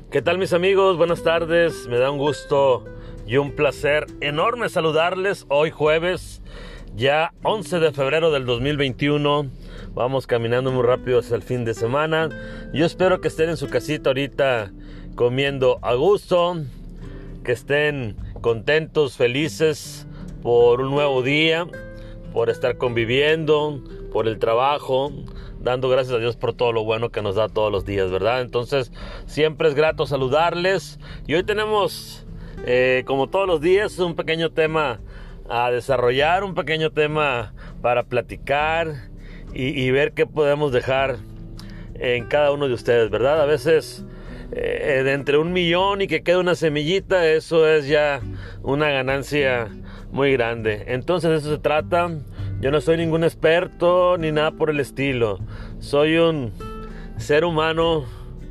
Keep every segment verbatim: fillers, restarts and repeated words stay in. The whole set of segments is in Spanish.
¿Qué tal, mis amigos? Buenas tardes. Me da un gusto y un placer enorme saludarles hoy jueves, ya once de febrero del dos mil veintiuno. Vamos caminando muy rápido hacia el fin de semana. Yo espero que estén en su casita ahorita comiendo a gusto, que estén contentos, felices por un nuevo día, por estar conviviendo, por el trabajo, dando gracias a Dios por todo lo bueno que nos da todos los días, ¿verdad? Entonces, siempre es grato saludarles. Y hoy tenemos, eh, como todos los días, un pequeño tema a desarrollar, un pequeño tema para platicar y, y ver qué podemos dejar en cada uno de ustedes, ¿verdad? A veces, eh, de entre un millón y que quede una semillita, eso es ya una ganancia muy grande. Entonces, de eso se trata. Yo no soy ningún experto ni nada por el estilo. Soy un ser humano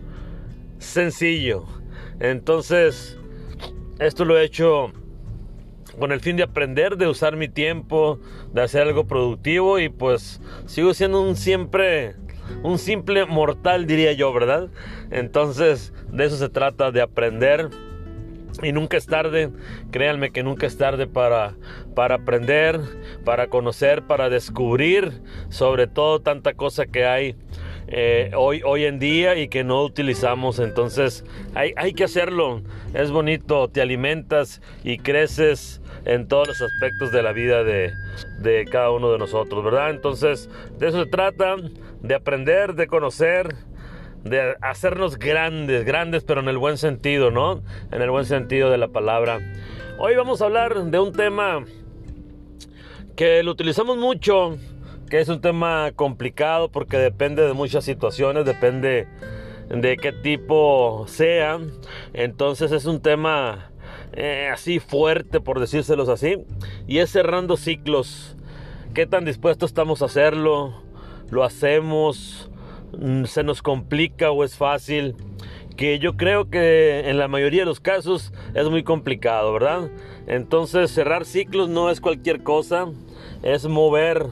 sencillo. Entonces, esto lo he hecho con el fin de aprender, de usar mi tiempo, de hacer algo productivo, y pues sigo siendo un siempre, un simple mortal, diría yo, ¿verdad? Entonces, de eso se trata, de aprender. Y nunca es tarde, créanme que nunca es tarde para, para aprender, para conocer, para descubrir, sobre todo tanta cosa que hay eh, hoy, hoy en día y que no utilizamos. Entonces hay, hay que hacerlo, es bonito, te alimentas y creces en todos los aspectos de la vida de, de cada uno de nosotros, ¿verdad? Entonces de eso se trata, de aprender, de conocer, de hacernos grandes, grandes, pero en el buen sentido, ¿no? En el buen sentido de la palabra. Hoy vamos a hablar de un tema que lo utilizamos mucho, que es un tema complicado porque depende de muchas situaciones, depende de qué tipo sea. Entonces es un tema eh, así fuerte, por decírselos así, y es cerrando ciclos. ¿Qué tan dispuestos estamos a hacerlo? ¿Lo hacemos? ¿Se nos complica o es fácil? Que yo creo que en la mayoría de los casos es muy complicado, ¿verdad? Entonces cerrar ciclos no es cualquier cosa, es mover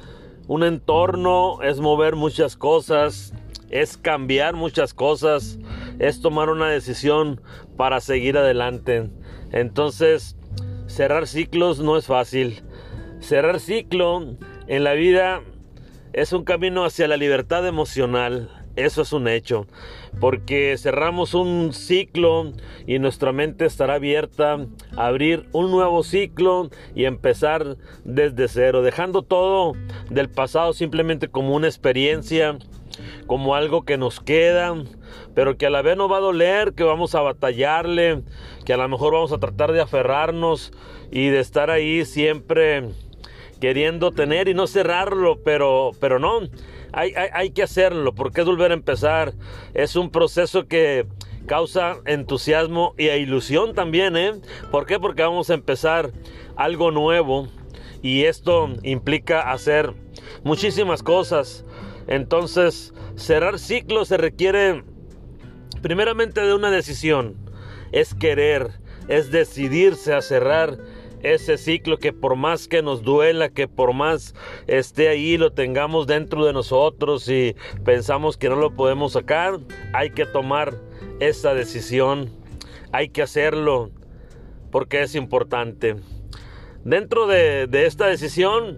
un entorno, es mover muchas cosas, es cambiar muchas cosas, es tomar una decisión para seguir adelante. Entonces cerrar ciclos no es fácil. Cerrar ciclo en la vida es un camino hacia la libertad emocional, eso es un hecho, porque cerramos un ciclo y nuestra mente estará abierta a abrir un nuevo ciclo y empezar desde cero, dejando todo del pasado simplemente como una experiencia, como algo que nos queda, pero que a la vez no va a doler, que vamos a batallarle, que a lo mejor vamos a tratar de aferrarnos y de estar ahí siempre queriendo tener y no cerrarlo, pero, pero no, hay, hay, hay que hacerlo, porque es volver a empezar. Es un proceso que causa entusiasmo y ilusión también, ¿eh? ¿Por qué? Porque vamos a empezar algo nuevo y esto implica hacer muchísimas cosas. Entonces, cerrar ciclos se requiere primeramente de una decisión, es querer, es decidirse a cerrar ese ciclo, que por más que nos duela, que por más esté ahí, lo tengamos dentro de nosotros y pensamos que no lo podemos sacar, hay que tomar esa decisión, hay que hacerlo porque es importante. Dentro de, de esta decisión,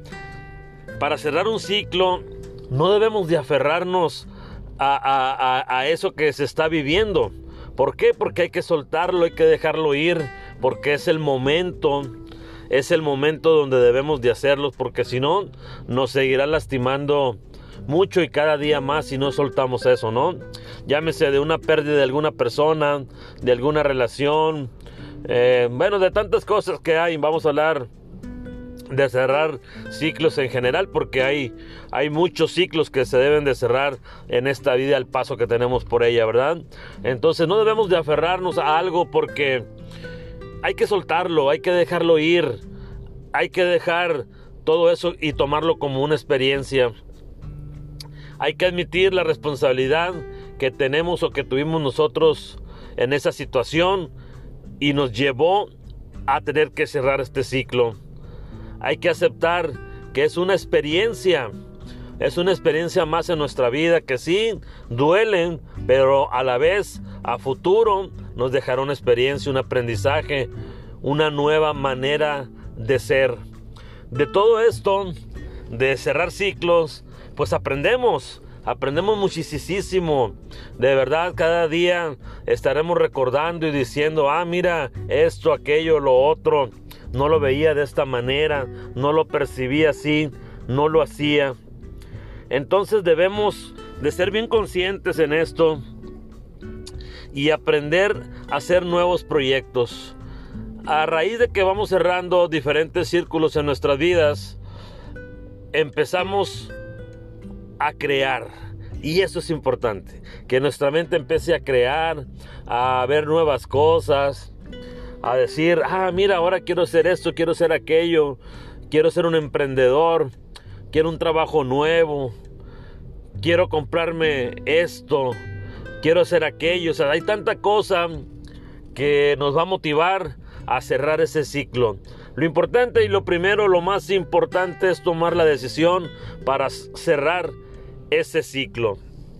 para cerrar un ciclo, no debemos de aferrarnos a, a, a, a eso que se está viviendo. ¿Por qué? Porque hay que soltarlo, hay que dejarlo ir, porque es el momento. Es el momento donde debemos de hacerlos, porque si no, nos seguirá lastimando mucho y cada día más si no soltamos eso, ¿no? Llámese de una pérdida de alguna persona, de alguna relación, eh, bueno, de tantas cosas que hay. Vamos a hablar de cerrar ciclos en general, porque hay, hay muchos ciclos que se deben de cerrar en esta vida al paso que tenemos por ella, ¿verdad? Entonces no debemos de aferrarnos a algo, porque hay que soltarlo, hay que dejarlo ir, hay que dejar todo eso y tomarlo como una experiencia. Hay que admitir la responsabilidad que tenemos o que tuvimos nosotros en esa situación y nos llevó a tener que cerrar este ciclo. Hay que aceptar que es una experiencia, Es una experiencia más en nuestra vida que sí duelen, pero a la vez a futuro nos dejará una experiencia, un aprendizaje, una nueva manera de ser. De todo esto, de cerrar ciclos, pues aprendemos. Aprendemos muchísimo. De verdad, cada día estaremos recordando y diciendo, ah, mira, esto, aquello, lo otro. No lo veía de esta manera, no lo percibía así, no lo hacía. Entonces debemos de ser bien conscientes en esto y aprender a hacer nuevos proyectos. A raíz de que vamos cerrando diferentes círculos en nuestras vidas, empezamos a crear. Y eso es importante, que nuestra mente empiece a crear, a ver nuevas cosas, a decir, ah, mira, ahora quiero hacer esto, quiero hacer aquello, quiero ser un emprendedor, quiero un trabajo nuevo, quiero comprarme esto, quiero hacer aquello. O sea, hay tanta cosa que nos va a motivar a cerrar ese ciclo. Lo importante y lo primero, lo más importante es tomar la decisión para cerrar ese ciclo.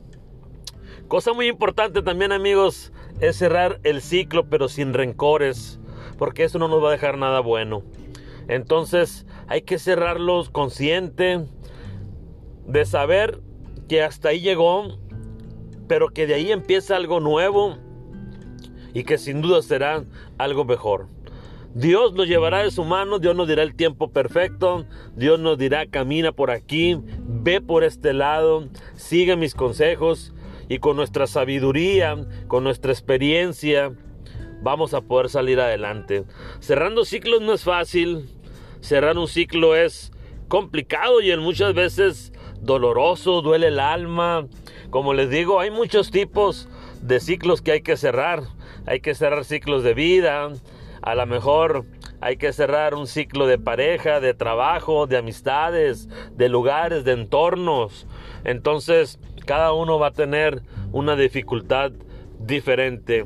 Cosa muy importante también, amigos, es cerrar el ciclo, pero sin rencores, porque eso no nos va a dejar nada bueno. Entonces hay que cerrarlos consciente de saber que hasta ahí llegó, pero que de ahí empieza algo nuevo y que sin duda será algo mejor. Dios nos llevará de su mano, Dios nos dirá el tiempo perfecto, Dios nos dirá camina por aquí, ve por este lado, sigue mis consejos y con nuestra sabiduría, con nuestra experiencia, vamos a poder salir adelante. Cerrando ciclos no es fácil, cerrar un ciclo es complicado y en muchas veces doloroso, duele el alma. Como les digo, hay muchos tipos de ciclos que hay que cerrar. Hay que cerrar ciclos de vida, a lo mejor hay que cerrar un ciclo de pareja, de trabajo, de amistades, de lugares, de entornos. Entonces, cada uno va a tener una dificultad diferente.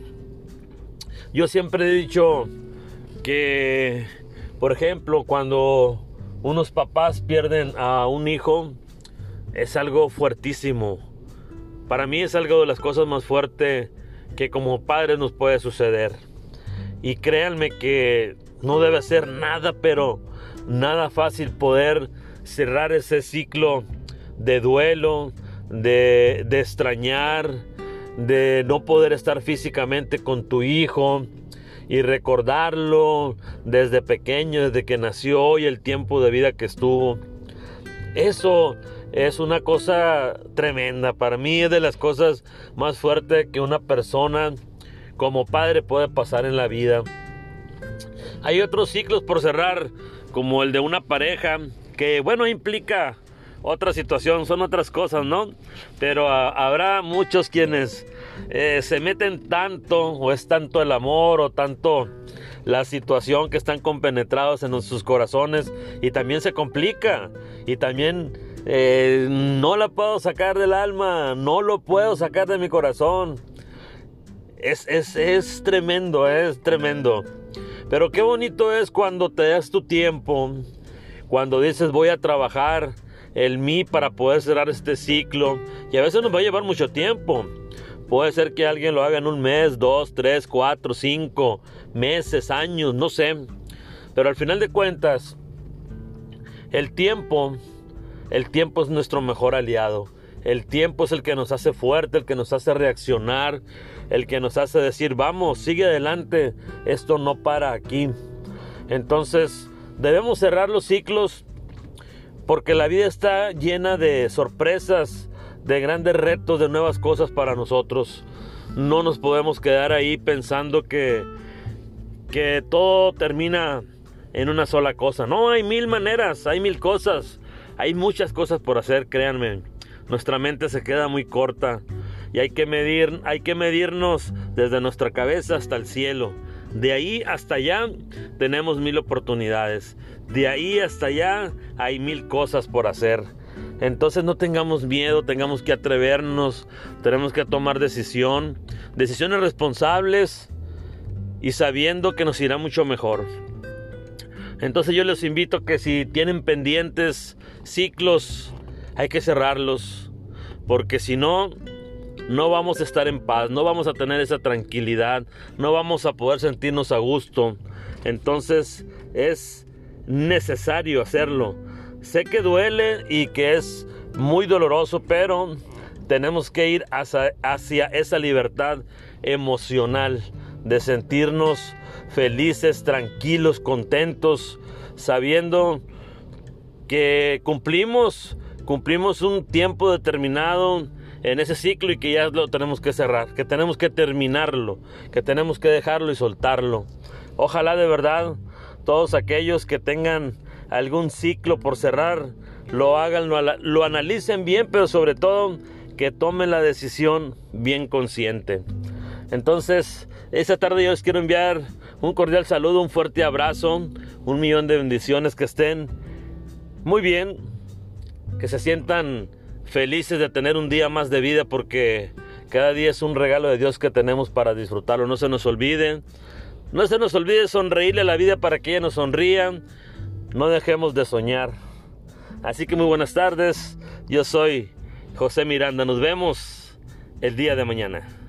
Yo siempre he dicho que, por ejemplo, cuando unos papás pierden a un hijo, es algo fuertísimo. Para mí es algo de las cosas más fuertes que como padres nos puede suceder. Y créanme que no debe ser nada, pero nada fácil poder cerrar ese ciclo de duelo, de, de extrañar, de no poder estar físicamente con tu hijo y recordarlo desde pequeño, desde que nació y el tiempo de vida que estuvo. Eso es una cosa tremenda. Para mí es de las cosas más fuertes que una persona como padre puede pasar en la vida. Hay otros ciclos por cerrar, como el de una pareja, que bueno, implica otra situación, son otras cosas, ¿no? Pero a, habrá muchos quienes eh, se meten tanto, o es tanto el amor, o tanto la situación que están compenetrados en sus corazones, y también se complica, y también eh, no la puedo sacar del alma, no lo puedo sacar de mi corazón. Es, es, es tremendo, es tremendo. Pero qué bonito es cuando te das tu tiempo, cuando dices voy a trabajar el mí para poder cerrar este ciclo. Y a veces nos va a llevar mucho tiempo. Puede ser que alguien lo haga en un mes, dos, tres, cuatro, cinco meses, años, no sé. Pero al final de cuentas, el tiempo, el tiempo es nuestro mejor aliado. El tiempo es el que nos hace fuerte, el que nos hace reaccionar, el que nos hace decir, vamos, sigue adelante, esto no para aquí. Entonces, debemos cerrar los ciclos porque la vida está llena de sorpresas, de grandes retos, de nuevas cosas para nosotros. No nos podemos quedar ahí pensando que, que todo termina en una sola cosa. No, hay mil maneras, hay mil cosas, hay muchas cosas por hacer, créanme. Nuestra mente se queda muy corta y hay que medir, hay que medirnos desde nuestra cabeza hasta el cielo. De ahí hasta allá tenemos mil oportunidades. De ahí hasta allá hay mil cosas por hacer. Entonces no tengamos miedo, tengamos que atrevernos, tenemos que tomar decisión, decisiones responsables y sabiendo que nos irá mucho mejor. Entonces yo les invito a que si tienen pendientes ciclos, hay que cerrarlos, porque si no, no vamos a estar en paz, no vamos a tener esa tranquilidad, no vamos a poder sentirnos a gusto. Entonces es necesario hacerlo. Sé que duele y que es muy doloroso, pero tenemos que ir hacia, hacia esa libertad emocional de sentirnos felices, tranquilos, contentos, sabiendo que cumplimos, cumplimos un tiempo determinado en ese ciclo y que ya lo tenemos que cerrar, que tenemos que terminarlo, que tenemos que dejarlo y soltarlo. Ojalá de verdad todos aquellos que tengan algún ciclo por cerrar lo hagan, lo, lo analicen bien, pero sobre todo que tomen la decisión bien consciente. Entonces, esta tarde yo les quiero enviar un cordial saludo, un fuerte abrazo, un millón de bendiciones, que estén muy bien, que se sientan felices de tener un día más de vida, porque cada día es un regalo de Dios que tenemos para disfrutarlo. No se nos olvide, no se nos olvide sonreírle a la vida para que ella nos sonría. No dejemos de soñar. Así que muy buenas tardes, yo soy José Miranda, nos vemos el día de mañana.